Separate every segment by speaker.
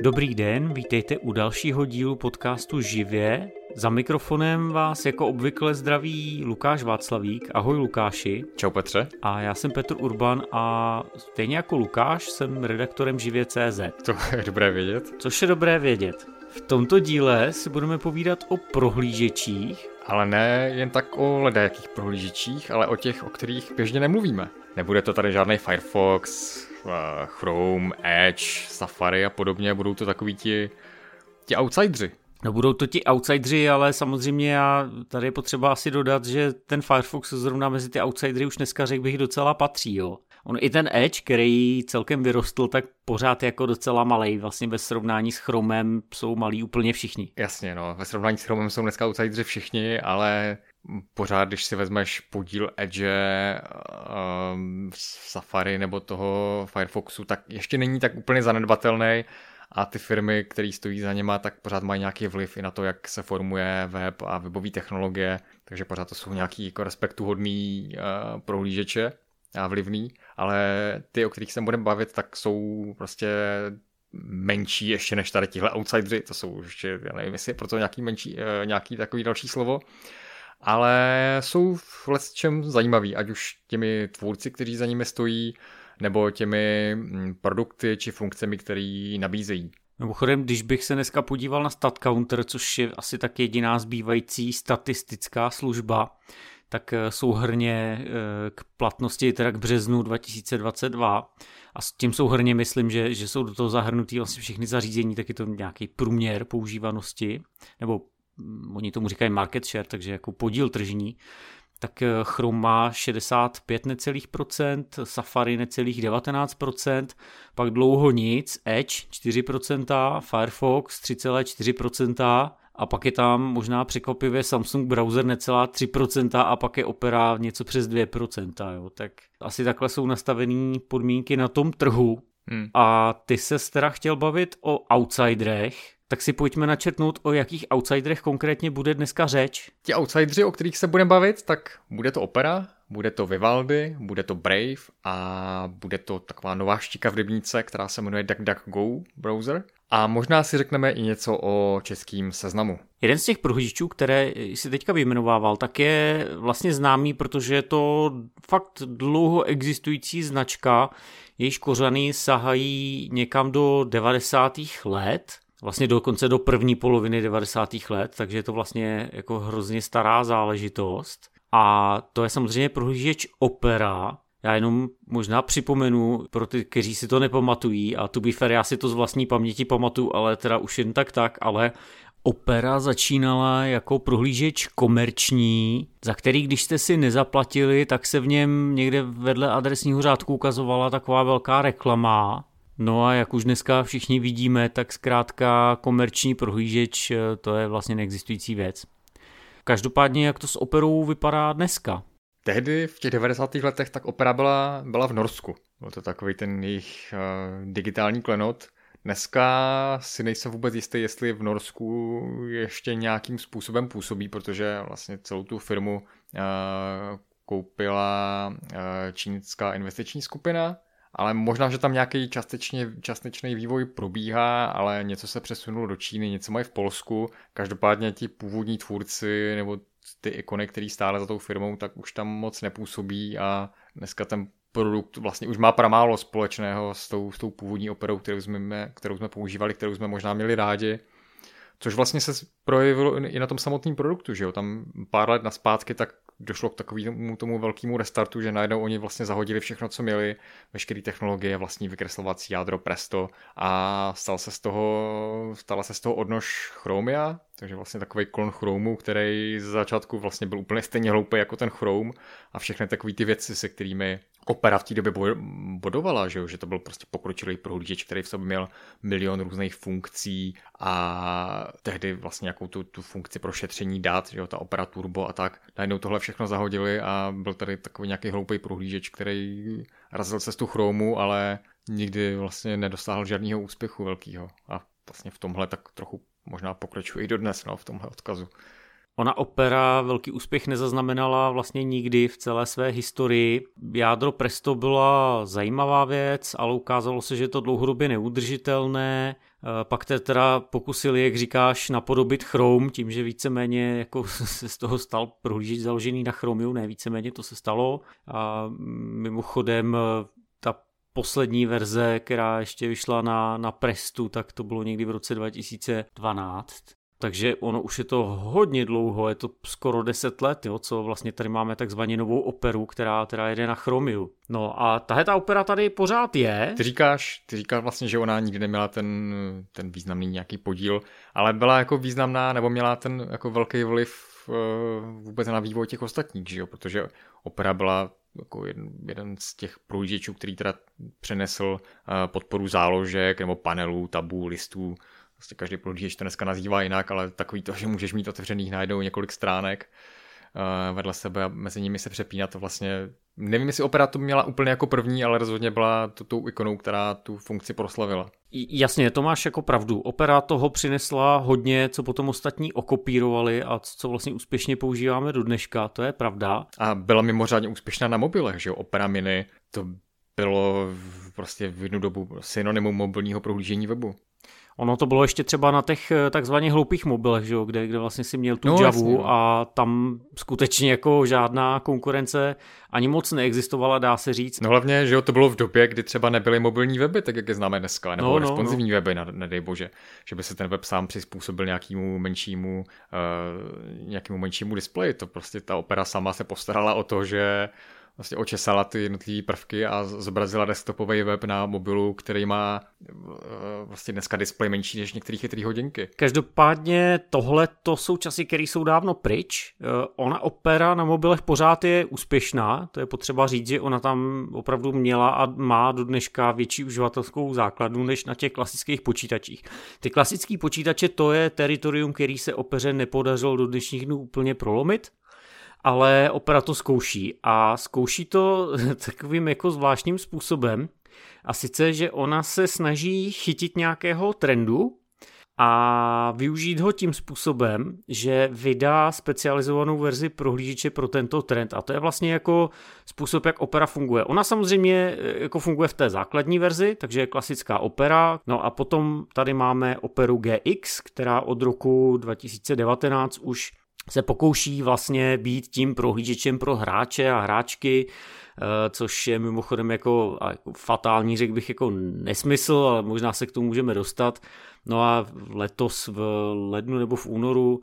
Speaker 1: Dobrý den, vítejte u dalšího dílu podcastu Živě. Za mikrofonem vás jako obvykle zdraví Lukáš Václavík. Ahoj Lukáši.
Speaker 2: Čau Petře.
Speaker 1: A já jsem Petr Urban a stejně jako Lukáš jsem redaktorem Živě.cz.
Speaker 2: To je dobré vědět.
Speaker 1: Což je dobré vědět. V tomto díle si budeme povídat o prohlížečích.
Speaker 2: Ale ne jen tak o ledajakých prohlížečích, ale o těch, o kterých běžně nemluvíme. Nebude to tady žádný Firefox, Chrome, Edge, Safari a podobně, budou to takový ti outsidři.
Speaker 1: No budou to ti outsidři, ale samozřejmě tady je potřeba asi dodat, že ten Firefox zrovna mezi ty outsidry už dneska řekl bych docela patří, jo. On i ten Edge, který celkem vyrostl, tak pořád jako docela malej, vlastně ve srovnání s Chromem jsou malí úplně všichni.
Speaker 2: Jasně, no, ve srovnání s Chromem jsou dneska outsidři všichni, ale pořád, když si vezmeš podíl Edge, Safari nebo toho Firefoxu, tak ještě není tak úplně zanedbatelný a ty firmy, které stojí za něma, tak pořád mají nějaký vliv i na to, jak se formuje web a webové technologie, takže pořád to jsou nějaký jako respektuhodný prohlížeče a vlivný, ale ty, o kterých se budeme bavit, tak jsou prostě menší ještě než tady tihle outsidři, to jsou ještě, já nevím, jestli je proto nějaký takový další slovo, ale jsou v lecčem zajímaví, ať už těmi tvůrci, kteří za nimi stojí, nebo těmi produkty či funkcemi, které nabízejí.
Speaker 1: Mimochodem, když bych se dneska podíval na StatCounter, což je asi tak jediná zbývající statistická služba, tak souhrnně k platnosti, teda k březnu 2022, a s tím souhrnně myslím, že jsou do toho zahrnutý vlastně všechny zařízení, tak je to nějaký průměr používanosti, nebo oni tomu říkají market share, takže jako podíl tržní, tak Chrome má 65 necelých procent, Safari necelých 19%, pak dlouho nic, Edge 4%, Firefox 3,4%, a pak je tam možná překvapivě Samsung Browser necelá 3% a pak je Opera něco přes 2%. Jo. Tak asi takhle jsou nastavený podmínky na tom trhu. A ty ses teda chtěl bavit o outsiderech, tak si pojďme načrtnout, o jakých outsiderech konkrétně bude dneska řeč.
Speaker 2: Ti outsideri, o kterých se budeme bavit, tak bude to Opera, bude to Vivaldi, bude to Brave a bude to taková nová štika v rybníce, která se jmenuje DuckDuckGo browser. A možná si řekneme i něco o českým Seznamu.
Speaker 1: Jeden z těch prohlížečů, které si teďka vyjmenovával, tak je vlastně známý, protože je to fakt dlouho existující značka, jejíž kořeny sahají někam do 90. let, vlastně dokonce do první poloviny 90. let, takže je to vlastně jako hrozně stará záležitost. A to je samozřejmě prohlížeč Opera. Já jenom možná připomenu pro ty, kteří si to nepamatují, a to be fair, já si to z vlastní paměti pamatuju, ale teda už jen tak, ale Opera začínala jako prohlížeč komerční, za který, když jste si nezaplatili, tak se v něm někde vedle adresního řádku ukazovala taková velká reklama. No a jak už dneska všichni vidíme, tak zkrátka komerční prohlížeč, to je vlastně neexistující věc. Každopádně, jak to s Operou vypadá dneska?
Speaker 2: Tehdy v těch 90. letech tak Opera byla v Norsku. Byl to takový ten jejich digitální klenot. Dneska si nejsem vůbec jistý, jestli v Norsku ještě nějakým způsobem působí, protože vlastně celou tu firmu koupila čínská investiční skupina, ale možná, že tam nějaký částečný vývoj probíhá, ale něco se přesunulo do Číny, něco mají v Polsku. Každopádně ti původní tvůrci nebo ty ikony, který stále za tou firmou, tak už tam moc nepůsobí a dneska ten produkt vlastně už má pramálo společného s tou původní Operou, kterou jsme používali, kterou jsme možná měli rádi. Což vlastně se projevilo i na tom samotném produktu, že jo? Tam pár let nazpátky tak došlo k takovému tomu velkému restartu, že najednou oni vlastně zahodili všechno, co měli, veškeré technologie, vlastní vykreslovací jádro Presto a stala se z toho odnož Chromia, takže vlastně takový klon Chromu, který z začátku vlastně byl úplně stejně hloupý jako ten Chrome a všechny takové ty věci, se kterými Opera v té době bodovala, že to byl prostě pokročilý prohlížeč, který v sobě měl milion různých funkcí a tehdy vlastně nějakou tu funkci pro šetření dat, že jo, ta Opera Turbo a tak. Najednou tohle všechno zahodili a byl tady takový nějaký hloupý prohlížeč, který razil cestu Chromu, ale nikdy vlastně nedosáhl žádného úspěchu velkého. A vlastně v tomhle tak trochu možná pokračuje i dodnes, no, v tomhle odkazu.
Speaker 1: Ona Opera velký úspěch nezaznamenala vlastně nikdy v celé své historii. Jádro Presto byla zajímavá věc, ale ukázalo se, že je to dlouhodobě neudržitelné. Pak teda pokusili, jak říkáš, napodobit Chrome, tím, že víceméně jako se z toho stal prohlížeč založený na Chromium, ne víceméně to se stalo. A mimochodem ta poslední verze, která ještě vyšla na Prestu, tak to bylo někdy v roce 2012. Takže ono už je to hodně dlouho, je to skoro 10 let, jo, co vlastně tady máme takzvaně novou Operu, která jede na Chromiu. No a ta Opera tady pořád je.
Speaker 2: Ty říkáš vlastně, že ona nikdy neměla ten významný nějaký podíl, ale byla jako významná, nebo měla ten jako velký vliv vůbec na vývoj těch ostatních, že jo, protože Opera byla jako jeden z těch prohlížečů, který teda přenesl podporu záložek nebo panelů, tabů, listů. Vlastně každý prohlížeč to dneska nazývá jinak, ale takový to, že můžeš mít otevřených najednou několik stránek vedle sebe a mezi nimi se přepínat, to vlastně, nevím, jestli Opera to měla úplně jako první, ale rozhodně byla tou ikonou, která tu funkci proslavila.
Speaker 1: Jasně, to máš jako pravdu. Opera toho přinesla hodně, co potom ostatní okopírovali a co vlastně úspěšně používáme do dneška, to je pravda.
Speaker 2: A byla mimořádně úspěšná na mobilech, že jo, Opera Mini, to bylo prostě v jednu dobu synonymum mobilního prohlížení webu.
Speaker 1: Ono to bylo ještě třeba na těch takzvaně hloupých mobilech, že jo, kde vlastně si měl tu Javu
Speaker 2: jasně,
Speaker 1: a tam skutečně jako žádná konkurence ani moc neexistovala, dá se říct.
Speaker 2: No hlavně, že jo, to bylo v době, kdy třeba nebyly mobilní weby, tak jak je známe dneska, nebo responsivní weby, nedej bože, že by se ten web sám přizpůsobil nějakému menšímu displeji. To prostě ta Opera sama se postarala o to, že vlastně očesala ty jednotlivé prvky a zobrazila desktopový web na mobilu, který má vlastně dneska displej menší než některé chytré hodinky.
Speaker 1: Každopádně tohle to jsou časy, které jsou dávno pryč. Ona Opera na mobilech pořád je úspěšná, to je potřeba říct, že ona tam opravdu měla a má do dneška větší uživatelskou základnu než na těch klasických počítačích. Ty klasické počítače, to je teritorium, který se Opeře nepodařilo do dnešních dnů úplně prolomit. Ale Opera to zkouší a zkouší to takovým jako zvláštním způsobem a sice, že ona se snaží chytit nějakého trendu a využít ho tím způsobem, že vydá specializovanou verzi prohlížeče pro tento trend a to je vlastně jako způsob, jak Opera funguje. Ona samozřejmě jako funguje v té základní verzi, takže je klasická Opera, no a potom tady máme Operu GX, která od roku 2019 už se pokouší vlastně být tím prohlížečem pro hráče a hráčky, což je mimochodem jako fatální, řekl bych, jako nesmysl, ale možná se k tomu můžeme dostat. No a letos v lednu nebo v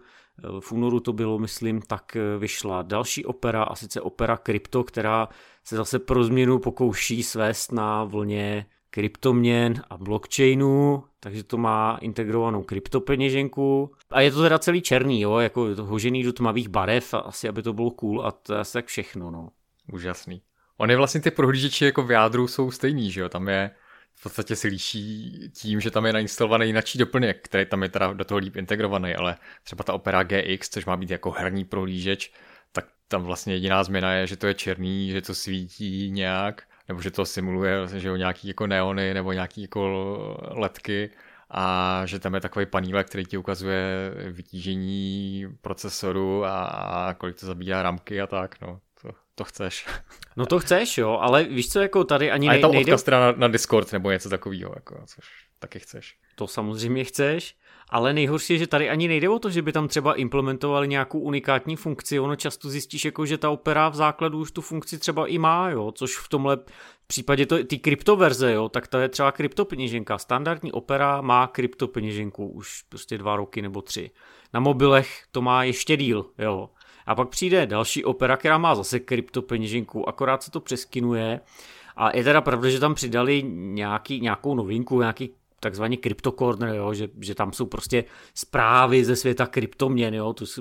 Speaker 1: únoru to bylo, myslím, tak vyšla další Opera, a sice Opera Crypto, která se zase pro změnu pokouší svést na vlně kryptoměn a blockchainu, takže to má integrovanou kryptopeněženku a je to teda celý černý, jo, jako je to hožený do tmavých barev, asi aby to bylo cool a to je asi tak všechno, no.
Speaker 2: Úžasný. Ony vlastně ty prohlížeči jako v jádru jsou stejný, že jo, tam je v podstatě se liší tím, že tam je nainstalovaný jináčí doplněk, který tam je teda do toho líp integrovaný, ale třeba ta Opera GX, což má být jako herní prohlížeč, tak tam vlastně jediná změna je, že to je černý, že to svítí nějak, nebo že to simuluje, že jo, nějaký jako neony nebo nějaký jako ledky a že tam je takový panílek, který ti ukazuje vytížení procesoru a kolik to zabírá ramky a tak, no. To chceš.
Speaker 1: No to chceš, jo, ale víš co, jako tady ani
Speaker 2: nejde... A je tam odkaz teda na Discord nebo něco takového, jako, což taky chceš.
Speaker 1: To samozřejmě chceš, ale nejhorší je, že tady ani nejde o to, že by tam třeba implementovali nějakou unikátní funkci, ono často zjistíš, jako, že ta Opera v základu už tu funkci třeba i má, jo, což v tomhle případě ty kryptoverze, jo, tak to je třeba kryptopeněženka. Standardní Opera má kryptopeněženku už prostě 2 roky nebo 3. Na mobilech to má ještě díl, jo. A pak přijde další Opera, která má zase kryptopeněženku, akorát se to přeskinuje a je teda pravda, že tam přidali nějakou novinku, nějaký takzvaný CryptoCorner, jo, že tam jsou prostě zprávy ze světa kryptoměn, jo, to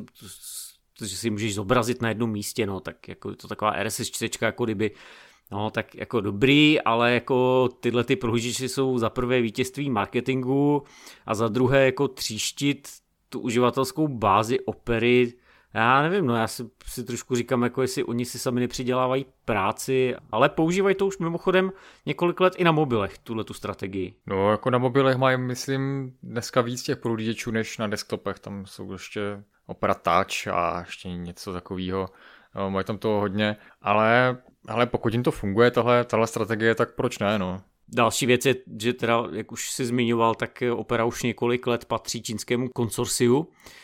Speaker 1: že si můžeš zobrazit na jednom místě, no, tak jako je to taková RSS-čtečka, jako kdyby, no, tak jako dobrý, ale jako tyhle ty prohlížeči jsou za prvé vítězství marketingu a za druhé jako tříštit tu uživatelskou bázi Opery. Já nevím, no já si trošku říkám, jako jestli oni si sami nepřidělávají práci, ale používají to už mimochodem několik let i na mobilech, tuhletu strategii.
Speaker 2: No jako na mobilech mají, myslím, dneska víc těch prohlížečů než na desktopech, tam jsou ještě Opera Touch a ještě něco takového. Mají tam toho hodně, ale pokud jim to funguje, tahle strategie, tak proč ne, no.
Speaker 1: Další věc je, že teda, jak už si zmiňoval, tak Opera už několik let patří čínskému konsorciu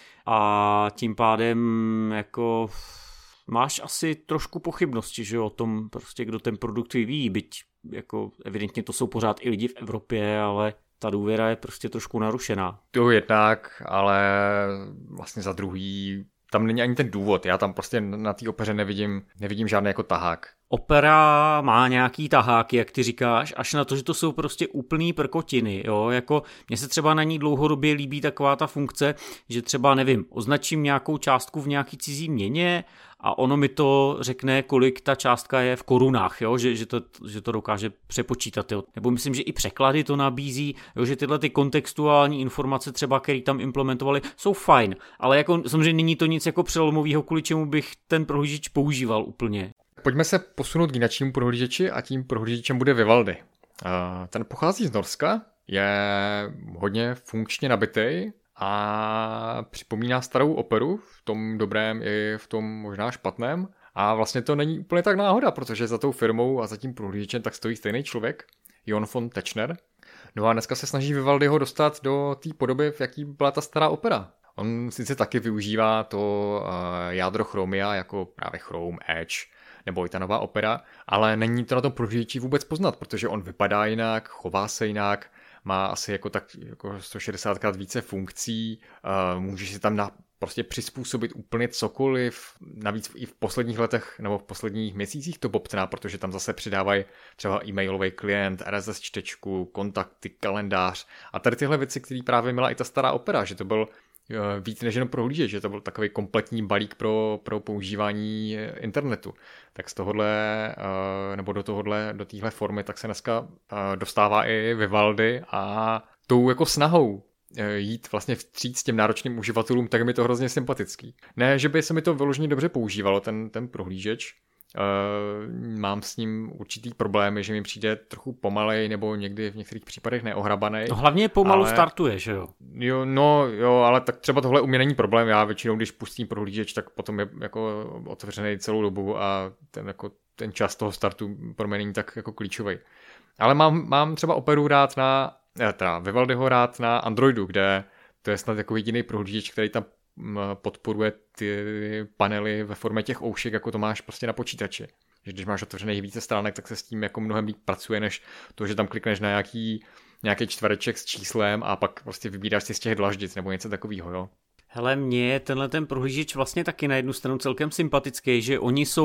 Speaker 1: a tím pádem jako máš asi trošku pochybnosti, že o tom prostě, kdo ten produkt vyvíjí, byť jako evidentně to jsou pořád i lidi v Evropě, ale ta důvěra je prostě trošku narušená.
Speaker 2: To jednak, ale vlastně za druhý, tam není ani ten důvod, já tam prostě na té opeře nevidím žádný jako tahák.
Speaker 1: Opera má nějaký taháky, jak ty říkáš, až na to, že to jsou prostě úplný prkotiny, jo, jako mně se třeba na ní dlouhodobě líbí taková ta funkce, že třeba, nevím, označím nějakou částku v nějaký cizí měně a ono mi to řekne, kolik ta částka je v korunách, jo, že to dokáže přepočítat, jo. Nebo myslím, že i překlady to nabízí, jo, že tyhle ty kontextuální informace třeba, které tam implementovali, jsou fajn, ale jako samozřejmě není to nic jako přelomového, kvůli čemu bych ten prohlížeč používal úplně.
Speaker 2: Pojďme se posunout k jinému prohlížeči a tím prohlížečem bude Vivaldi. Ten pochází z Norska, je hodně funkčně nabitý a připomíná starou operu v tom dobrém i v tom možná špatném. A vlastně to není úplně tak náhoda, protože za tou firmou a za tím prohlížečem tak stojí stejný člověk, Jon von Tetzschner. No a dneska se snaží Vivaldiho dostat do té podoby, v jaký byla ta stará opera. On sice taky využívá to jádro Chromia jako právě Chrome, Edge, nebo i ta nová opera, ale není to na tom prohlížeči vůbec poznat, protože on vypadá jinak, chová se jinak, má asi jako 160krát více funkcí, můžeš si tam prostě přizpůsobit úplně cokoliv, navíc i v posledních letech nebo v posledních měsících to bobtná, protože tam zase přidávají třeba e-mailový klient, RSS čtečku, kontakty, kalendář a tady tyhle věci, které právě měla i ta stará opera, že to byl víc než jenom prohlížeč, že to byl takový kompletní balík pro používání internetu. Tak z tohohle, nebo do téhle formy, tak se dneska dostává i Vivaldi a tou jako snahou jít vlastně vstříc těm náročným uživatelům, tak je mi to hrozně sympatický. Ne, že by se mi to vyloženě dobře používalo, ten prohlížeč. Mám s ním určitý problémy, že mi přijde trochu pomalej nebo někdy v některých případech neohrabanej.
Speaker 1: No hlavně pomalu startuje, že jo?
Speaker 2: Jo, ale tak třeba tohle u mě není problém. Já většinou, když pustím prohlížeč, tak potom je jako otevřený celou dobu a ten čas toho startu pro mě není tak jako klíčový. Ale mám třeba operu rád Vivaldiho rád na Androidu, kde to je snad jako jediný prohlížeč, který tam podporuje ty panely ve formě těch oušek, jako to máš prostě na počítači. Že když máš otevřených více stránek, tak se s tím jako mnohem líp pracuje, než to, že tam klikneš na nějaký čtvereček s číslem a pak prostě vybíráš si z těch dlaždic nebo něco takového, jo.
Speaker 1: Hele, mně je ten prohlížeč vlastně taky na jednu stranu celkem sympatický, že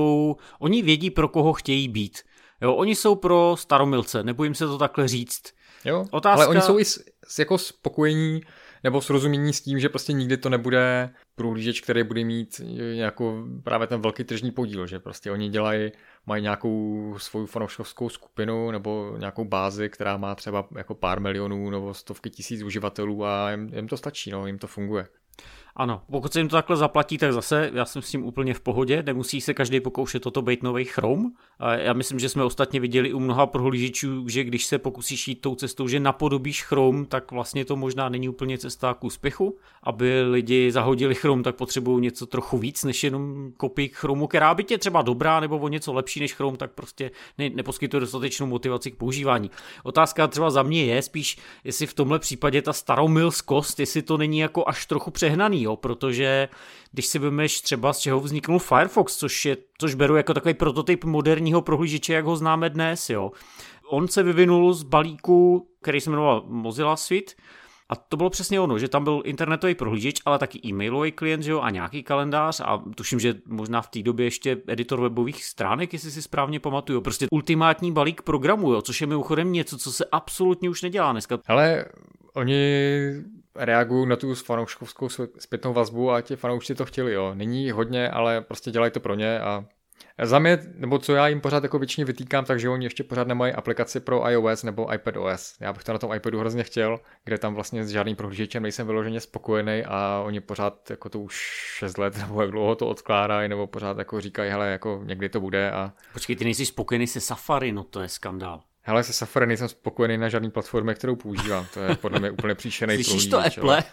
Speaker 1: oni vědí, pro koho chtějí být. Jo, oni jsou pro staromilce, nebojím se to takhle říct.
Speaker 2: Jo, ale oni jsou i jako spokojení nebo srozumění s tím, že prostě nikdy to nebude prohlížeč, který bude mít nějakou právě ten velký tržní podíl, že prostě oni mají nějakou svou fanouškovskou skupinu nebo nějakou bázi, která má třeba jako pár milionů nebo stovky tisíc uživatelů a jim to stačí, jim to funguje.
Speaker 1: Ano, pokud se jim to takhle zaplatí, tak zase já jsem s tím úplně v pohodě, nemusí se každý pokoušet toto být nový Chrome. Já myslím, že jsme ostatně viděli u mnoha prohlížečů, že když se pokusíš jít tou cestou, že napodobíš Chrome, tak vlastně to možná není úplně cesta k úspěchu. Aby lidi zahodili Chrome, tak potřebují něco trochu víc, než jenom kopii k Chromeu, která by tě třeba dobrá nebo o něco lepší než Chrome, tak prostě neposkytuje dostatečnou motivaci k používání. Otázka třeba za mě je spíš, jestli v tomhle případě ta staromilskost, jestli to není jako až trochu přehnaný, jo, protože když si vemeš třeba z čeho vzniknul Firefox, což beru jako takový prototyp moderního prohlížeče, jak ho známe dnes, jo. On se vyvinul z balíku, který se jmenoval Mozilla Suite, a to bylo přesně ono, že tam byl internetový prohlížeč, ale taky e-mailový klient, že jo, a nějaký kalendář a tuším, že možná v té době ještě editor webových stránek, jestli si správně pamatuju. Prostě ultimátní balík programu, jo, což je mimochodem něco, co se absolutně už nedělá dneska.
Speaker 2: Ale oni reagují na tu fanouškovskou zpětnou vazbu a ti fanoušci to chtěli, jo. Není hodně, ale prostě dělají to pro ně a za mě, nebo co já jim pořád jako většině vytýkám, takže oni ještě pořád nemají aplikaci pro iOS nebo iPadOS. Já bych to na tom iPadu hrozně chtěl, kde tam vlastně s žádným prohlížečem nejsem vyloženě spokojený a oni pořád jako to už 6 let nebo jak dlouho to odkládají, nebo pořád jako říkají, hele, jako někdy to bude a...
Speaker 1: Počkej, ty nejsi spokojený se Safari, no to je skandál.
Speaker 2: Hele, se Safari nejsem spokojený na žádný platformě, kterou používám. To je podle mě úplně příšerný
Speaker 1: prohlížeč. Slyšíš to, Apple?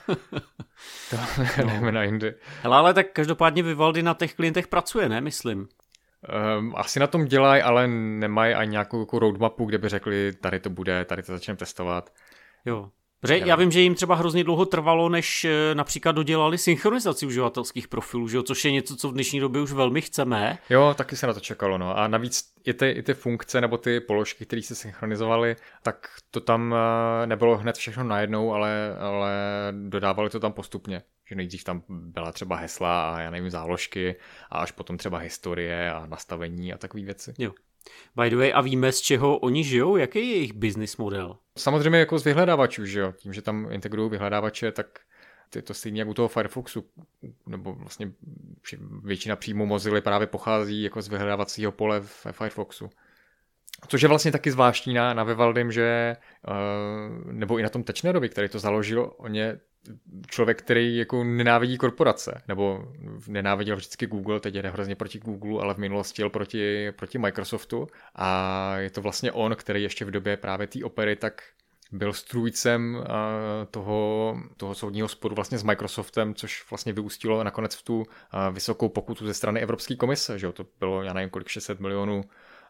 Speaker 2: To jdeme na jindy.
Speaker 1: Hele, ale tak každopádně Vivaldi na těch klientech pracuje, ne? Myslím.
Speaker 2: Asi na tom dělají, ale nemají ani nějakou jako roadmapu, kde by řekli, tady to bude, tady to začneme testovat.
Speaker 1: Jo. Protože já vím, že jim třeba hrozně dlouho trvalo, než například dodělali synchronizaci uživatelských profilů, že jo? Což je něco, co v dnešní době už velmi chceme.
Speaker 2: Jo, taky se na to čekalo. No. A navíc i ty funkce nebo ty položky, které se synchronizovaly, tak to tam nebylo hned všechno najednou, ale dodávali to tam postupně. Že nejdřív tam byla třeba hesla a já nevím, záložky a až potom třeba historie a nastavení a takové věci.
Speaker 1: Jo. By the way, a víme, z čeho oni žijou? Jaký je jejich business model?
Speaker 2: Samozřejmě jako z vyhledávačů, že jo? Tím, že tam integrují vyhledávače, tak je to stejně jak u toho Firefoxu, nebo vlastně většina příjmů Mozilla právě pochází jako z vyhledávacího pole ve Firefoxu. Což je vlastně taky zvláštní na Vivaldim, že nebo i na tom Tečnerovi, který to založil, on je člověk, který jako nenávidí korporace, nebo nenáviděl vždycky Google, teď jde hrozně proti Google, ale v minulosti jel proti Microsoftu a je to vlastně on, který ještě v době právě té Opery tak byl strůjcem toho soudního sporu vlastně s Microsoftem, což vlastně vyústilo nakonec v tu vysokou pokutu ze strany Evropské komise, že jo? To bylo, já nevím kolik, 600 milionů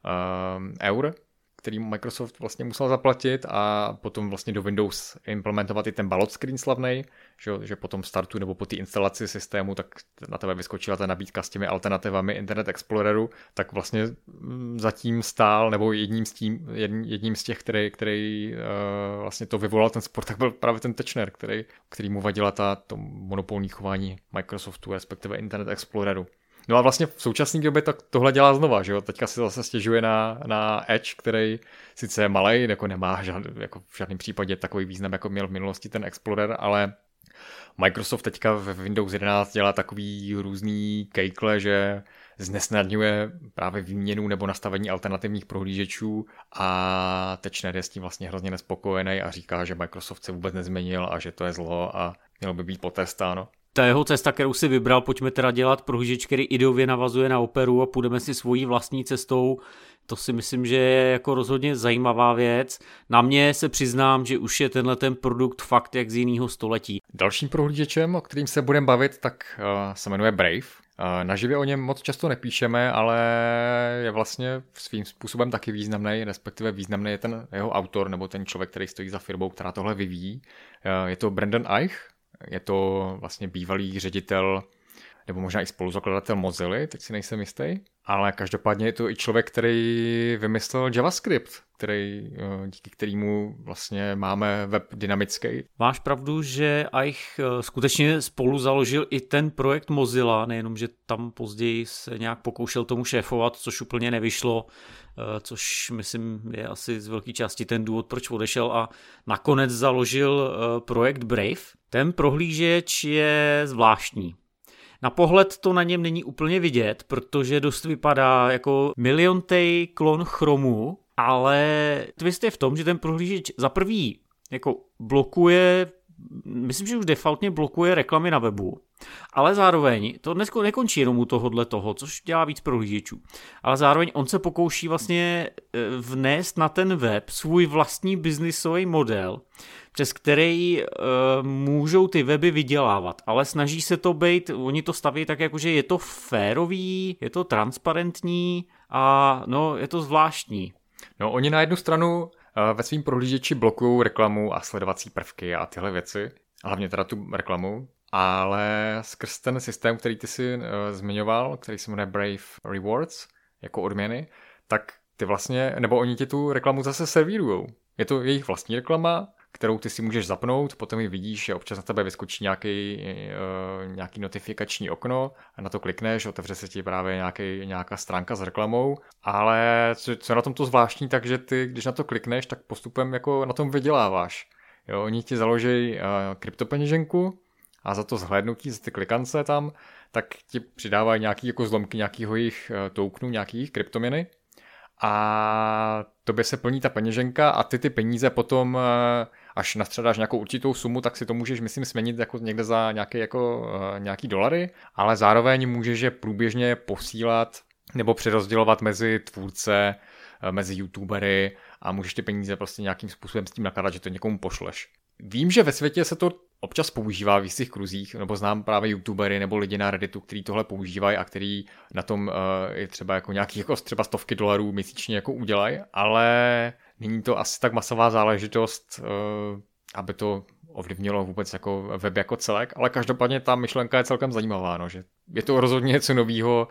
Speaker 2: eur, který Microsoft vlastně musel zaplatit a potom vlastně do Windows implementovat i ten ballot screen slavnej, že po tom startu nebo po té instalaci systému, tak na tebe vyskočila ta nabídka s těmi alternativami Internet Exploreru, tak vlastně zatím stál, nebo jedním z těch, který vlastně to vyvolal ten spor, tak byl právě ten Tečner, který mu vadila to monopolní chování Microsoftu, respektive Internet Exploreru. No a vlastně v současné době tohle dělá znova, že jo? Teďka si zase stěžuje na Edge, který sice je malej, jako nemá jako v žádném případě takový význam, jako měl v minulosti ten Explorer, ale Microsoft teďka ve Windows 11 dělá takový různý kejkle, že znesnadňuje právě výměnu nebo nastavení alternativních prohlížečů a Tečner je s tím vlastně hrozně nespokojený a říká, že Microsoft se vůbec nezměnil a že to je zlo a mělo by být potestáno.
Speaker 1: Ta jeho cesta, kterou si vybral, pojďme teda dělat prohlížeč, který ideově navazuje na Operu a půjdeme si svojí vlastní cestou, to si myslím, že je jako rozhodně zajímavá věc. Na mě se přiznám, že už je tenhle ten produkt fakt jak z jiného století.
Speaker 2: Dalším prohlížečem, o kterým se budeme bavit, tak se jmenuje Brave. Naživě o něm moc často nepíšeme, ale je vlastně svým způsobem taky významný, respektive významný je ten jeho autor nebo ten člověk, který stojí za firmou, která tohle vyvíjí. Je to Brendan Eich. Je to vlastně bývalý ředitel nebo možná i spoluzakladatel Mozilla, teď si nejsem jistý, ale každopádně je to i člověk, který vymyslel JavaScript, díky kterému vlastně máme web dynamický.
Speaker 1: Máš pravdu, že Eich skutečně spolu založil i ten projekt Mozilla, nejenom, že tam později se nějak pokoušel tomu šéfovat, což úplně nevyšlo, což myslím je asi z velké části ten důvod, proč odešel a nakonec založil projekt Brave. Ten prohlížeč je zvláštní. Na pohled to na něm není úplně vidět, protože dost vypadá jako miliontej klon Chromu, ale twist je v tom, že ten prohlížeč za prvý jako blokuje, myslím, že už defaultně blokuje reklamy na webu, ale zároveň to nekončí jenom u toho, což dělá víc prohlížečů, ale zároveň on se pokouší vlastně vnést na ten web svůj vlastní biznisový model, přes který můžou ty weby vydělávat, ale snaží se to být, oni to staví tak jako, že je to férový, je to transparentní a no, je to zvláštní.
Speaker 2: No, oni na jednu stranu ve svým prohlížeči blokují reklamu a sledovací prvky a tyhle věci, hlavně teda tu reklamu, ale skrz ten systém, který ty si zmiňoval, který se jmenuje Brave Rewards, jako odměny, tak ty vlastně, nebo oni ti tu reklamu zase servírujou. Je to jejich vlastní reklama, kterou ty si můžeš zapnout, potom ji vidíš, že občas na tebe vyskočí nějaký notifikační okno, na to klikneš, otevře se ti právě nějaká stránka s reklamou, ale co na tom to zvláštní, takže ty, když na to klikneš, tak postupem jako na tom vyděláváš. Jo, oni ti založí kryptopeněženku a za to zhlédnutí, za ty klikance tam, tak ti přidávají nějaký jako zlomky nějakého jejich tokenů, nějakých kryptoměny. A tobě se plní ta peněženka a ty peníze potom, až nastřadáš nějakou určitou sumu, tak si to můžeš, myslím, směnit jako někde za nějaký dolary, ale zároveň můžeš je průběžně posílat nebo přerozdělovat mezi tvůrce mezi youtubery a můžeš ty peníze prostě nějakým způsobem s tím nakládat, že to někomu pošleš. Vím, že ve světě se to občas používá v jistých kruzích, nebo znám právě youtubery nebo lidi na Redditu, kteří tohle používají a který na tom je třeba jako nějakých jako třeba stovky dolarů měsíčně jako udělají, ale není to asi tak masová záležitost, aby to ovlivnilo vůbec jako web jako celek, ale každopádně ta myšlenka je celkem zajímavá, no, že je to rozhodně něco novýho,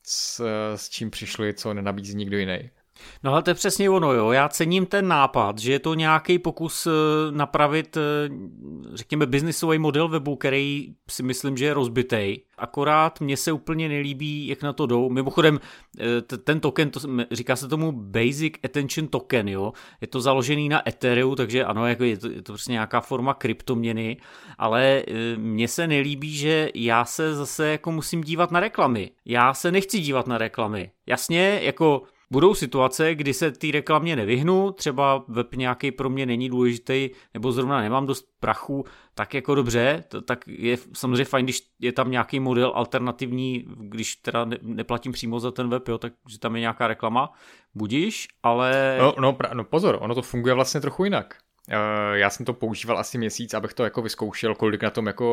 Speaker 2: s čím přišli, co nenabízí nikdo jiný.
Speaker 1: No ale to je přesně ono, jo. Já cením ten nápad, že je to nějaký pokus napravit, řekněme, biznisový model webu, který si myslím, že je rozbitej. Akorát mně se úplně nelíbí, jak na to jdou. Mimochodem, ten token, říká se tomu Basic Attention Token, jo. Je to založený na Ethereum, takže ano, jako je to prostě nějaká forma kryptoměny, ale mně se nelíbí, že já se zase jako musím dívat na reklamy. Já se nechci dívat na reklamy. Jasně, jako budou situace, kdy se té reklamě nevyhnu, třeba web nějaký pro mě není důležitý, nebo zrovna nemám dost prachu, tak jako dobře, tak je samozřejmě fajn, když je tam nějaký model alternativní, když teda neplatím přímo za ten web, jo, takže tam je nějaká reklama, budíš, ale...
Speaker 2: No pozor, ono to funguje vlastně trochu jinak. Já jsem to používal asi měsíc, abych to jako vyzkoušel, kolik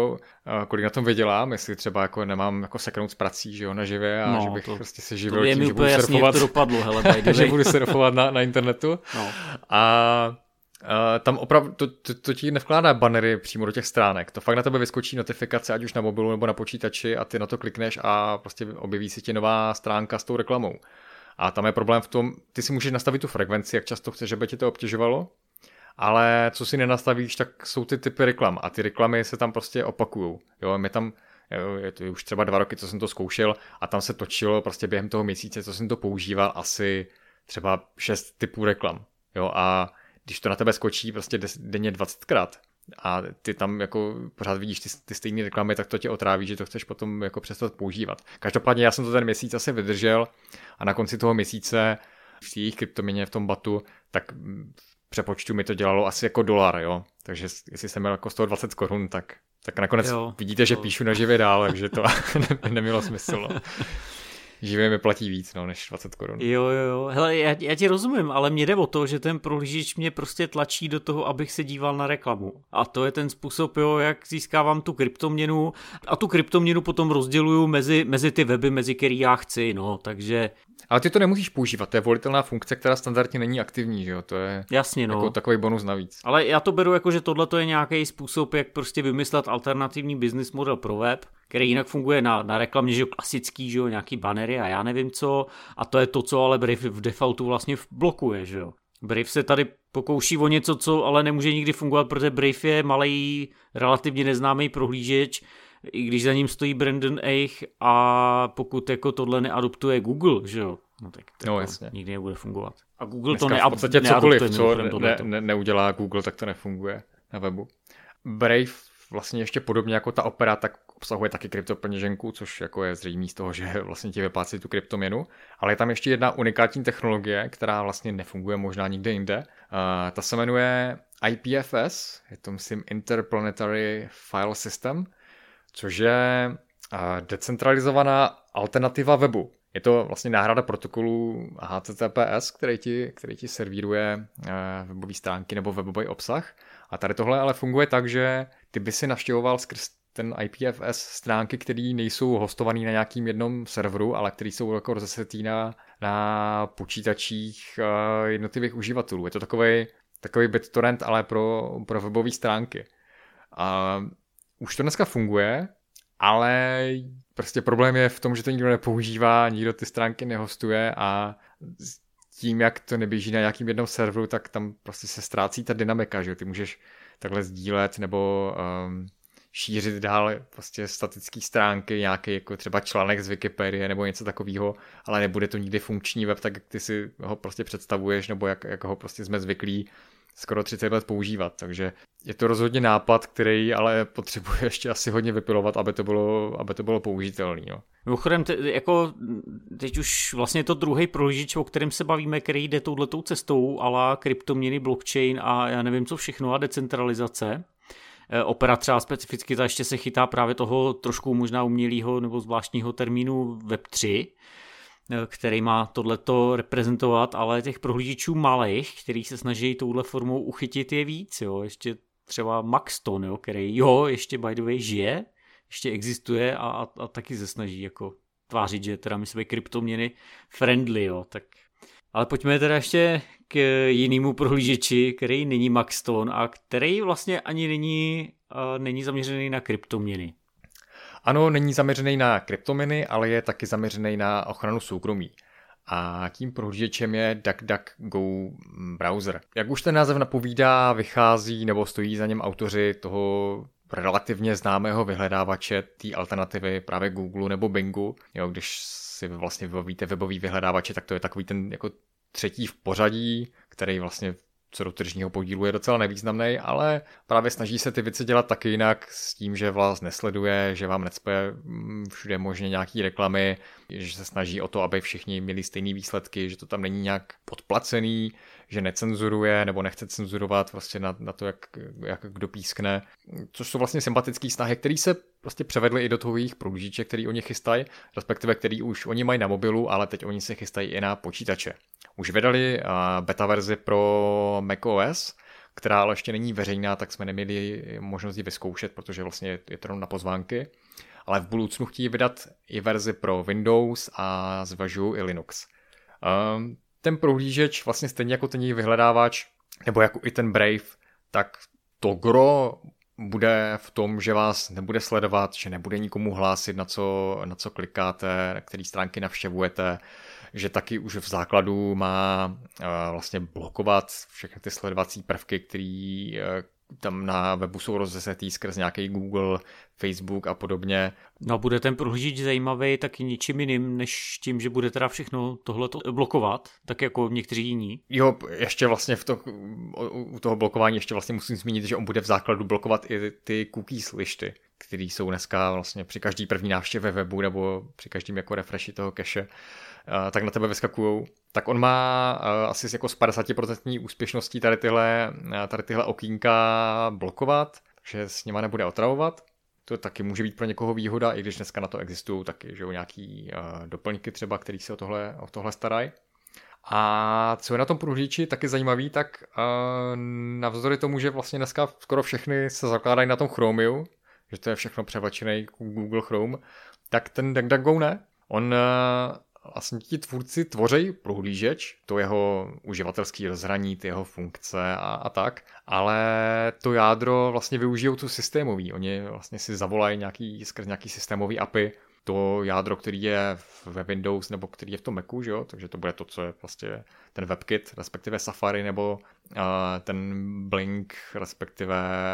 Speaker 2: na tom vydělám, jestli třeba jako nemám jako seknout s prací, že jo, na živě a že bych prostě se živil tím, že budu surfovat,
Speaker 1: to dopadlo, hele,
Speaker 2: že budu surfovat na internetu.
Speaker 1: No.
Speaker 2: A tam opravdu to ti nevkládá bannery přímo do těch stránek. To fakt na tebe vyskočí notifikace, ať už na mobilu nebo na počítači a ty na to klikneš a prostě objeví se ti nová stránka s tou reklamou. A tam je problém v tom, ty si můžeš nastavit tu frekvenci, jak často chceš, aby tě to obtěžovalo. Ale co si nenastavíš, tak jsou ty typy reklam a ty reklamy se tam prostě opakujou. Jo, je to už třeba 2 roky, co jsem to zkoušel a tam se točilo prostě během toho měsíce, co jsem to používal, asi třeba 6 typů reklam. Jo, a když to na tebe skočí prostě denně 20krát a ty tam jako pořád vidíš ty stejné reklamy, tak to tě otráví, že to chceš potom jako přestat používat. Každopádně já jsem to ten měsíc asi vydržel a na konci toho měsíce v jejich kryptoměně v tom batu, tak přepočtu mi to dělalo asi jako $1, jo. Takže jestli jsem měl jako 120 korun, tak nakonec vidíte, že píšu na živě dál, takže to nemělo smysl. No. Živě mi platí víc, no, než 20 korun.
Speaker 1: Jo. Hele, já ti rozumím, ale mě jde o to, že ten prohlížeč mě prostě tlačí do toho, abych se díval na reklamu. A to je ten způsob, jo, jak získávám tu kryptoměnu a tu kryptoměnu potom rozděluju mezi ty weby, mezi který já chci, no, takže...
Speaker 2: Ale ty to nemusíš používat, to je volitelná funkce, která standardně není aktivní, že jo, to je
Speaker 1: jasně, no.
Speaker 2: Jako takový bonus navíc.
Speaker 1: Ale já to beru jako, že tohle je nějaký způsob, jak prostě vymyslet alternativní business model pro web, který jinak funguje na reklamě, že jo, klasický, že jo, nějaký bannery a já nevím co, a to je to, co ale Brave v defaultu vlastně blokuje, že jo. Brave se tady pokouší o něco, co ale nemůže nikdy fungovat, protože Brave je malej, relativně neznámý prohlížeč, i když za ním stojí Brandon Eich a pokud jako tohle neadoptuje Google, že jo, no tak to
Speaker 2: jasně.
Speaker 1: nikdy nebude fungovat. A Google
Speaker 2: dneska
Speaker 1: to
Speaker 2: v podstatě cokoliv, co neudělá Google, tak to nefunguje na webu. Brave vlastně ještě podobně jako ta Opera, tak obsahuje taky kryptopeněženku, což jako je zřejmé z toho, že vlastně ti vyplácí tu kryptoměnu, ale je tam ještě jedna unikátní technologie, která vlastně nefunguje možná nikde jinde. Ta se jmenuje IPFS, je to myslím Interplanetary File System, což je decentralizovaná alternativa webu. Je to vlastně náhrada protokolu HTTPS, který ti servíruje webové stránky nebo webový obsah. A tady tohle ale funguje tak, že ty by si navštěvoval skrz ten IPFS stránky, které nejsou hostované na nějakým jednom serveru, ale které jsou jako rozesetý na počítačích jednotlivých uživatelů. Je to takový BitTorrent, ale pro webové stránky. A už to dneska funguje, ale prostě problém je v tom, že to nikdo nepoužívá, nikdo ty stránky nehostuje a tím, jak to neběží na nějakým jednom serveru, tak tam prostě se ztrácí ta dynamika, že ty můžeš takhle sdílet nebo šířit dál prostě statické stránky, nějaký jako třeba článek z Wikipedie nebo něco takového, ale nebude to nikdy funkční web, tak jak ty si ho prostě představuješ nebo jak ho prostě jsme zvyklí skoro 30 let používat, takže je to rozhodně nápad, který ale potřebuje ještě asi hodně vypilovat, aby to bylo použitelný. No.
Speaker 1: Mimochodem, teď už vlastně to druhý prohlížeč, o kterém se bavíme, který jde touhletou cestou, ala kryptoměny, blockchain a já nevím co všechno a decentralizace. Opera třeba specificky ta ještě se chytá právě toho trošku možná umělého nebo zvláštního termínu Web3. který má tohleto reprezentovat, ale těch prohlížečů malých, který se snaží touhle formou uchytit, je víc, jo. Ještě třeba Maxton, jo, který ještě by the way žije, ještě existuje a taky se snaží jako tvářit, že teda myslí kryptoměny friendly, jo, tak. Ale pojďme teda ještě k jinému prohlížeči, který není Maxton a který vlastně ani není zaměřený na kryptoměny.
Speaker 2: Ano, není zaměřený na kryptoměny, ale je taky zaměřený na ochranu soukromí. A tím prohlížečem je DuckDuckGo browser. Jak už ten název napovídá, vychází nebo stojí za něm autoři toho relativně známého vyhledávače, té alternativy právě Google nebo Bingu. Jo, když si vlastně vybavíte webový vyhledávače, tak to je takový ten jako třetí v pořadí, který vlastně co do tržního podílu je docela nevýznamný, ale právě snaží se ty věci dělat taky jinak s tím, že vás nesleduje, že vám necpe všude možně nějaký reklamy, že se snaží o to, aby všichni měli stejné výsledky, že to tam není nějak podplacený, že necenzuruje nebo nechce cenzurovat vlastně na to, jak kdo pískne, což jsou vlastně sympatické snahy, které se prostě převedly i do toho jejich prohlížeče, který oni chystají, respektive který už oni mají na mobilu, ale teď oni se chystají i na počítače. Už vydali beta verzi pro macOS, která ale ještě není veřejná, tak jsme neměli možnost ji vyzkoušet, protože vlastně je to na pozvánky. Ale v budoucnu chtějí vydat i verzi pro Windows a zvažují i Linux. Ten prohlížeč vlastně stejně jako ten vyhledávač, nebo jako i ten Brave, tak to gro bude v tom, že vás nebude sledovat, že nebude nikomu hlásit, na co klikáte, na které stránky navštěvujete, že taky už v základu má vlastně blokovat všechny ty sledovací prvky, které tam na webu jsou rozesetý skrz nějaký Google, Facebook a podobně.
Speaker 1: No a bude ten prohlížeč zajímavý taky ničím jiným, než tím, že bude teda všechno tohleto blokovat, tak jako někteří jiní.
Speaker 2: Jo, ještě vlastně u toho blokování ještě vlastně musím zmínit, že on bude v základu blokovat i ty cookies lišty, které jsou dneska vlastně při každý první návštěvě webu nebo při každém jako refreshi toho cache, tak na tebe vyskakujou. Tak on má asi jako s 50% úspěšností tady tyhle okýnka blokovat, že s nima nebude otravovat. To taky může být pro někoho výhoda, i když dneska na to existují taky, že nějaký doplňky třeba, který se o tohle starají. A co je na tom prohlížeči taky zajímavý, tak navzdory tomu, že vlastně dneska skoro všechny se zakládají na tom Chromiu, že to je všechno převlačený Google Chrome, tak ten DuckDuckGo ne. On vlastně ti tvůrci tvoří prohlížeč, to jeho uživatelský rozhraní, ty jeho funkce a tak, ale to jádro vlastně využijou tu systémový. Oni vlastně si zavolají skrz nějaký systémový API to jádro, který je ve Windows nebo který je v tom Macu, že jo? Takže to bude to, co je vlastně ten WebKit, respektive Safari nebo ten Blink, respektive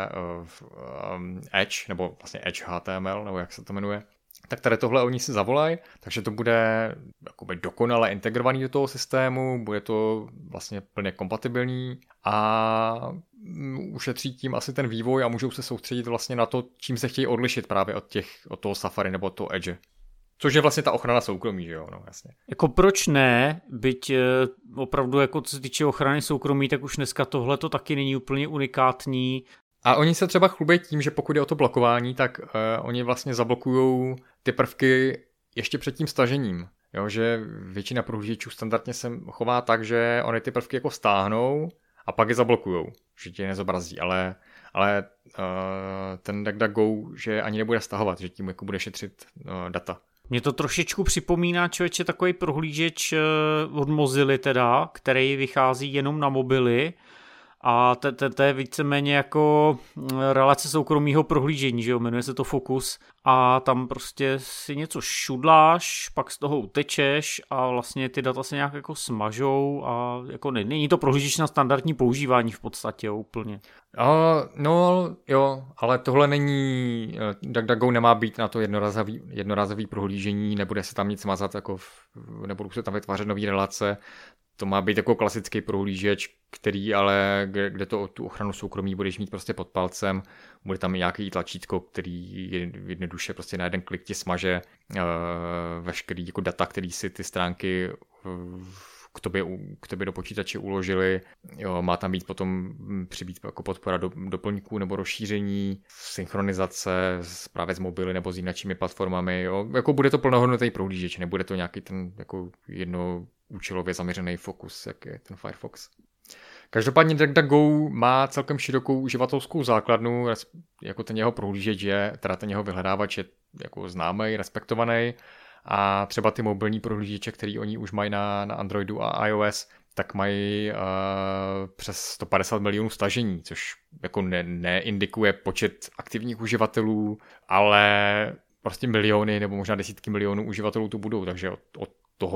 Speaker 2: Edge, nebo vlastně Edge HTML, nebo jak se to jmenuje. Tak tady tohle oni si zavolají, takže to bude jakoby dokonale integrovaný do toho systému, bude to vlastně plně kompatibilní a ušetří tím asi ten vývoj a můžou se soustředit vlastně na to, čím se chtějí odlišit právě od toho Safari nebo od toho Edge. Což je vlastně ta ochrana soukromí, že jo, no jasně.
Speaker 1: Jako proč ne, byť opravdu jako co se týče ochrany soukromí, tak už dneska tohle to taky není úplně unikátní.
Speaker 2: A oni se třeba chlubí tím, že pokud je o to blokování, tak oni vlastně zablokujou ty prvky ještě před tím stažením. Jo, že většina prohlížečů standardně se chová tak, že oni ty prvky jako stáhnou a pak je zablokujou, že tě nezobrazí, ale ten DuckDuckGo, že ani nebude stahovat, že tím jako bude šetřit data.
Speaker 1: Mě to trošičku připomíná, člověče, takový prohlížeč od Mozilla teda, který vychází jenom na mobily a to je víceméně jako relace soukromého prohlížení, že jo, jmenuje se to Focus a tam prostě si něco šudláš, pak z toho utečeš a vlastně ty data se nějak jako smažou a jako není to prohlížeč na standardní používání v podstatě úplně.
Speaker 2: No jo, ale tohle není, DuckDuckGo nemá být na to jednorázový prohlížení, nebude se tam nic mazat, jako nebudou se tam vytvářet nový relace. To má být jako klasický prohlížeč, který ale, kde to tu ochranu soukromí budeš mít prostě pod palcem, bude tam nějaký tlačítko, který jednoduše prostě na jeden klik ti smaže veškerý jako data, který si ty stránky k tobě do počítače uložili. Jo, má tam být potom přibýt jako podpora doplňků nebo rozšíření, synchronizace právě s mobily nebo s jinými platformami. Jo. Jako bude to plnohodnotný prohlížeč, nebude to nějaký ten jako jednoúčelově zaměřený fokus, jak je ten Firefox. Každopádně DuckDuckGo má celkem širokou uživatelskou základnu, jako ten jeho prohlížeč teda ten jeho vyhledávač je jako známý, respektovaný a třeba ty mobilní prohlížeče, který oni už mají na Androidu a iOS, tak mají přes 150 milionů stažení, což jako neindikuje počet aktivních uživatelů, ale prostě miliony nebo možná desítky milionů uživatelů tu budou, takže od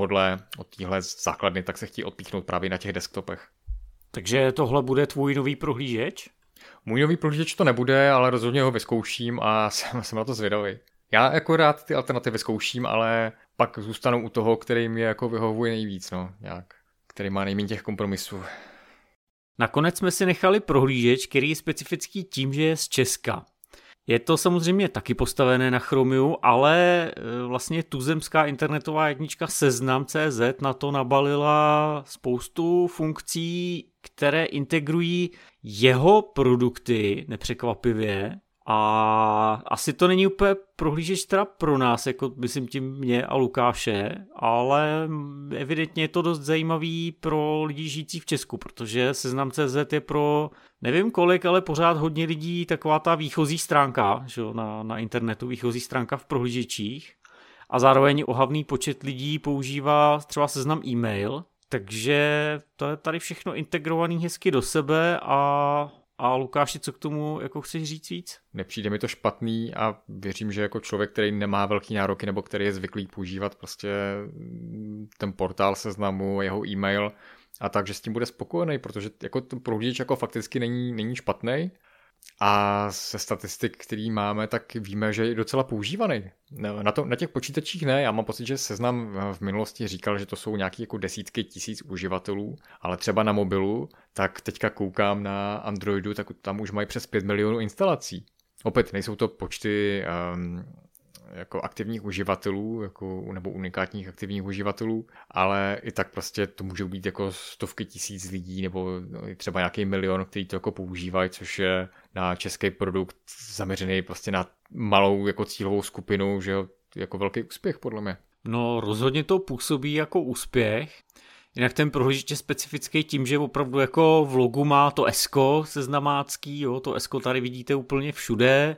Speaker 2: téhle základny tak se chtějí odpíchnout právě na těch desktopech.
Speaker 1: Takže tohle bude tvůj nový prohlížeč?
Speaker 2: Můj nový prohlížeč to nebude, ale rozhodně ho vyzkouším a jsem na to zvědavý. Já jako rád ty alternativy zkouším, ale pak zůstanu u toho, který mi jako vyhovuje nejvíc, který má nejméně těch kompromisů.
Speaker 1: Nakonec jsme si nechali prohlížeč, který je specifický tím, že je z Česka. Je to samozřejmě taky postavené na Chromiu, ale vlastně tuzemská internetová jednička Seznam.cz na to nabalila spoustu funkcí, které integrují jeho produkty nepřekvapivě. A asi to není úplně prohlížeč teda pro nás, jako myslím tím mě a Lukáše, ale evidentně je to dost zajímavý pro lidi žijící v Česku, protože Seznam.cz je pro nevím kolik, ale pořád hodně lidí taková ta výchozí stránka, že na internetu, výchozí stránka v prohlížečích a zároveň ohavný počet lidí používá třeba Seznam e-mail, takže to je tady všechno integrovaný hezky do sebe a Lukáši, co k tomu jako chceš říct víc?
Speaker 2: Nepřijde mi to špatný a věřím, že jako člověk, který nemá velký nároky nebo který je zvyklý používat prostě ten portál Seznamu, jeho e-mail a takže s tím bude spokojený, protože jako ten prohlížeč jako fakticky není špatný a ze statistik, který máme, tak víme, že je docela používaný. Na těch počítačích ne, já mám pocit, že Seznam v minulosti říkal, že to jsou nějaké jako desítky tisíc uživatelů, ale třeba na mobilu, tak teďka koukám na Androidu, tak tam už mají přes 5 milionů instalací. Opět nejsou to počty jako aktivních uživatelů, nebo unikátních aktivních uživatelů, ale i tak prostě to můžou být jako stovky tisíc lidí, nebo třeba nějaký milion, který to jako používají, což je na český produkt zaměřený prostě na malou jako cílovou skupinu, že jako velký úspěch podle mě.
Speaker 1: No rozhodně to působí jako úspěch. Jinak ten prohlížeč je specifický tím, že opravdu jako v logu má to esko seznamácký, jo, to esko tady vidíte úplně všude.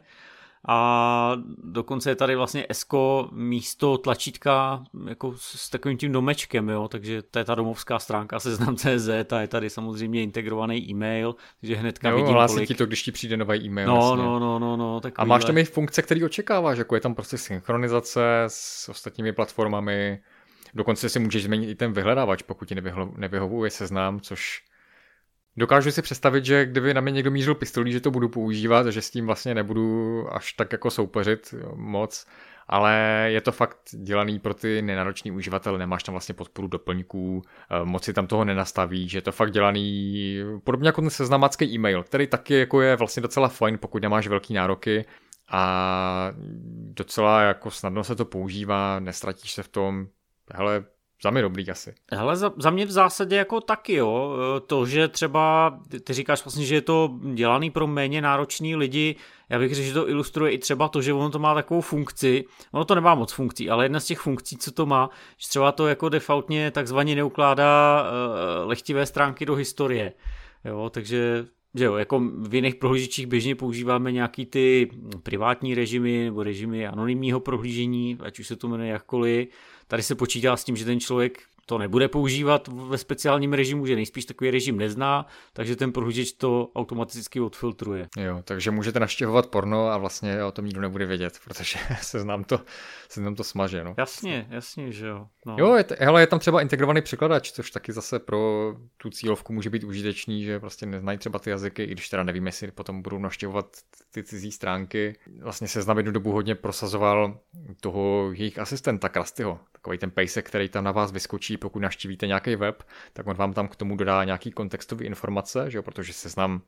Speaker 1: A dokonce je tady vlastně esko místo tlačítka jako s takovým tím domečkem, jo, takže to je ta domovská stránka Seznam.cz a je tady samozřejmě integrovaný e-mail, takže hnedka vidím
Speaker 2: kolik. Ti to, když ti přijde nový e-mail.
Speaker 1: No.
Speaker 2: A máš tam i funkce, které očekáváš, jako je tam prostě synchronizace s ostatními platformami, dokonce si můžeš změnit i ten vyhledávač, pokud ti nevyhovuje Seznam, což dokážu si představit, že kdyby na mě někdo mířil pistolí, že to budu používat, že s tím vlastně nebudu až tak jako soupeřit moc, ale je to fakt dělaný pro ty nenáročný uživatele, nemáš tam vlastně podporu doplňků, moc si tam toho nenastaví, že je to fakt dělaný podobně jako ten seznamácký e-mail, který taky jako je vlastně docela fajn, pokud nemáš velký nároky a docela jako snadno se to používá, nestratíš se v tom, hele, za mě dobrý asi.
Speaker 1: Hele, za mě v zásadě jako taky, jo. To, že třeba, ty říkáš vlastně, že je to dělaný pro méně náročný lidi, já bych řekl, že to ilustruje i třeba to, že ono to má takovou funkci, ono to nemá moc funkcí, ale jedna z těch funkcí, co to má, že třeba to jako defaultně takzvaně neukládá lehtivé stránky do historie, jo, takže že jo, jako v jiných prohlížečích běžně používáme nějaký ty privátní režimy nebo režimy anonymního prohlížení, ať už se to jmenuje jakkoliv. Tady se počítá s tím, že ten člověk to nebude používat ve speciálním režimu, že nejspíš takový režim nezná, takže ten prohlížeč to automaticky odfiltruje.
Speaker 2: Jo, takže můžete navštěvovat porno a vlastně o tom nikdo nebude vědět, protože seznam to smaže, no.
Speaker 1: Jasně, že jo. No.
Speaker 2: Jo, je tam třeba integrovaný překladač, což taky zase pro tu cílovku může být užitečný, že prostě neznají třeba ty jazyky, i když teda nevím, jestli potom budou navštěvovat ty cizí stránky. Vlastně Seznam jednu dobu hodně prosazoval toho jejich asistenta Krustyho, takový ten pejsek, který tam na vás vyskočí, pokud navštívíte nějaký web, tak on vám tam k tomu dodá nějaký kontextový informace, že jo, protože Seznam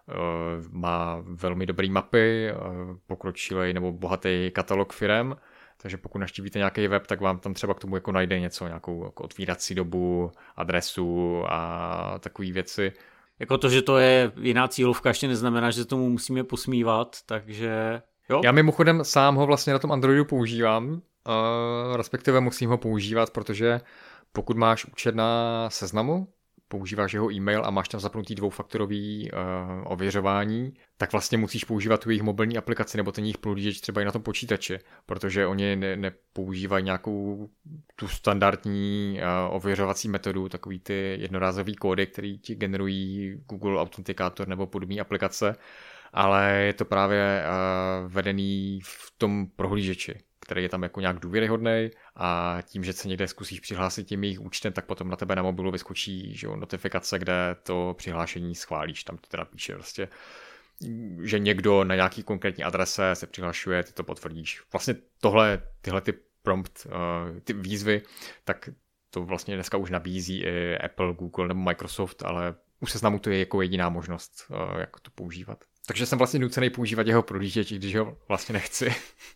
Speaker 2: má velmi dobrý mapy, pokročilý nebo bohatý katalog firem, Takže pokud navštívíte nějaký web, tak vám tam třeba k tomu jako najde něco, nějakou jako otvírací dobu, adresu a takové věci.
Speaker 1: Jako to, že to je jiná cílovka, ještě neznamená, že tomu musíme posmívat, takže jo.
Speaker 2: Já mimochodem sám ho vlastně na tom Androidu používám, respektive musím ho používat, protože pokud máš účet na Seznamu, používáš jeho e-mail a máš tam zapnutý dvoufaktorový ověřování, tak vlastně musíš používat tu jejich mobilní aplikaci nebo ten jejich prohlížeč třeba i na tom počítači, protože oni nepoužívají nějakou tu standardní ověřovací metodu, takový ty jednorázový kódy, který ti generují Google Authenticator nebo podobné aplikace, ale je to právě vedený v tom prohlížeči, který je tam jako nějak důvěryhodný a tím, že se někde zkusíš přihlásit tím jejich účtem, tak potom na tebe na mobilu vyskočí, že notifikace, kde to přihlášení schválíš. Tam to teda píše vlastně, že někdo na nějaký konkrétní adrese se přihlašuje, ty to potvrdíš. Vlastně tyhle ty prompt, ty výzvy, tak to vlastně dneska už nabízí i Apple, Google nebo Microsoft, ale u Seznamu to je jako jediná možnost, jak to používat. Takže jsem vlastně nucený používat jeho prohlížeč, i když ho vlastně nechci.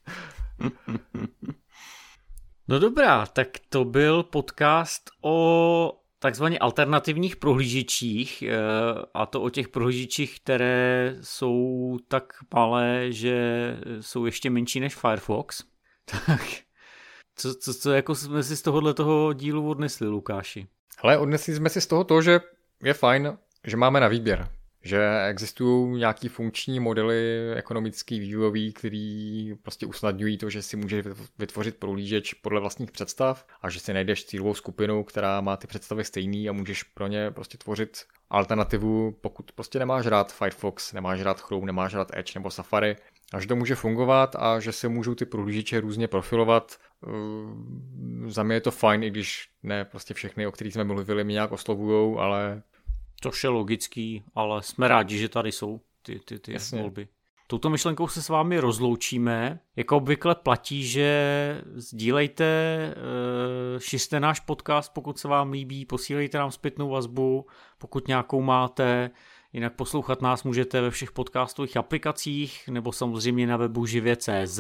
Speaker 1: No dobrá, tak to byl podcast o takzvaně alternativních prohlížečích, a to o těch prohlížečích, které jsou tak malé, že jsou ještě menší než Firefox. Tak co jako jsme si z tohoto dílu odnesli, Lukáši?
Speaker 2: Hele, odnesli jsme si z toho to, že je fajn, že máme na výběr. Že existují nějaký funkční modely ekonomický, vývojový, který prostě usnadňují to, že si můžeš vytvořit prohlížeč podle vlastních představ a že si najdeš cílovou skupinu, která má ty představy stejný a můžeš pro ně prostě tvořit alternativu, pokud prostě nemáš rád Firefox, nemáš rád Chrome, nemáš rád Edge nebo Safari, a že to může fungovat a že se můžou ty prohlížeče různě profilovat. Za mě je to fajn, i když ne prostě všechny, o kterých jsme mluvili, mě nějak oslovujou, ale
Speaker 1: to je logický, ale jsme rádi, že tady jsou ty volby. Touto myšlenkou se s vámi rozloučíme. Jako obvykle platí, že sdílejte, šiřte náš podcast, pokud se vám líbí, posílejte nám zpětnou vazbu, pokud nějakou máte. Jinak poslouchat nás můžete ve všech podcastových aplikacích nebo samozřejmě na webu živě.cz.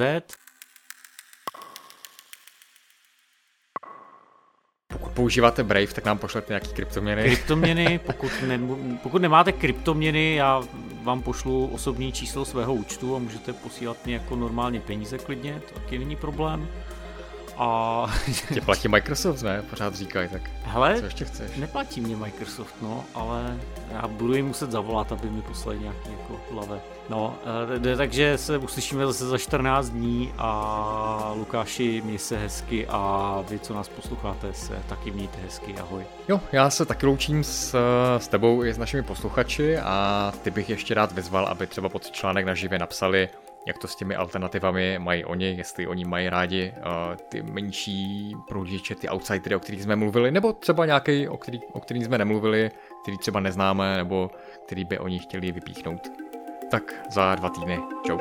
Speaker 2: Používáte Brave, tak nám pošlete nějaký kryptoměny.
Speaker 1: Kryptoměny, pokud nemáte kryptoměny, já vám pošlu osobní číslo svého účtu a můžete posílat mě jako normálně peníze klidně, to taky není problém. A
Speaker 2: tě platí Microsoft, ne? Pořád říkají, tak
Speaker 1: hele,
Speaker 2: co ještě chceš?
Speaker 1: Neplatí mě Microsoft, no, ale já budu jim muset zavolat, aby mi poslali nějaký jako lave. No, takže se uslyšíme zase za 14 dní a Lukáši, měj se hezky a vy, co nás posloucháte, se taky mějte hezky, ahoj.
Speaker 2: Jo, já se taky loučím s tebou i s našimi posluchači a ty bych ještě rád vyzval, aby třeba pod článek na Živě napsali, jak to s těmi alternativami mají oni, jestli oni mají rádi ty menší prohlížeče, ty outsidery, o kterých jsme mluvili, nebo třeba nějaký, o kterých jsme nemluvili, který třeba neznáme, nebo který by oni chtěli vypíchnout. Tak za 2 týdny. Čau.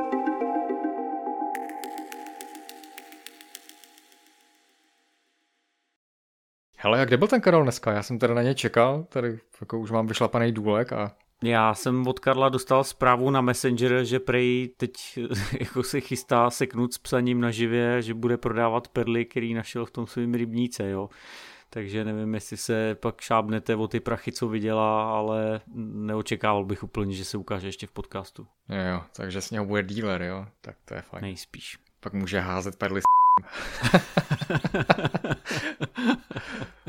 Speaker 2: Hele, a kde byl ten Karel dneska? Já jsem teda na něj čekal, tady jako už mám vyšlapaný důlek a
Speaker 1: já jsem od Karla dostal zprávu na Messenger, že prej teď jako se chystá seknout s psaním na živě, že bude prodávat perly, který našel v tom svém rybníce, jo. Takže nevím, jestli se pak šábnete o ty prachy, co vydělá, ale neočekával bych úplně, že se ukáže ještě v podcastu.
Speaker 2: Jo, takže z něho bude dealer, jo, tak to je fajn.
Speaker 1: Nejspíš.
Speaker 2: Pak může házet perly s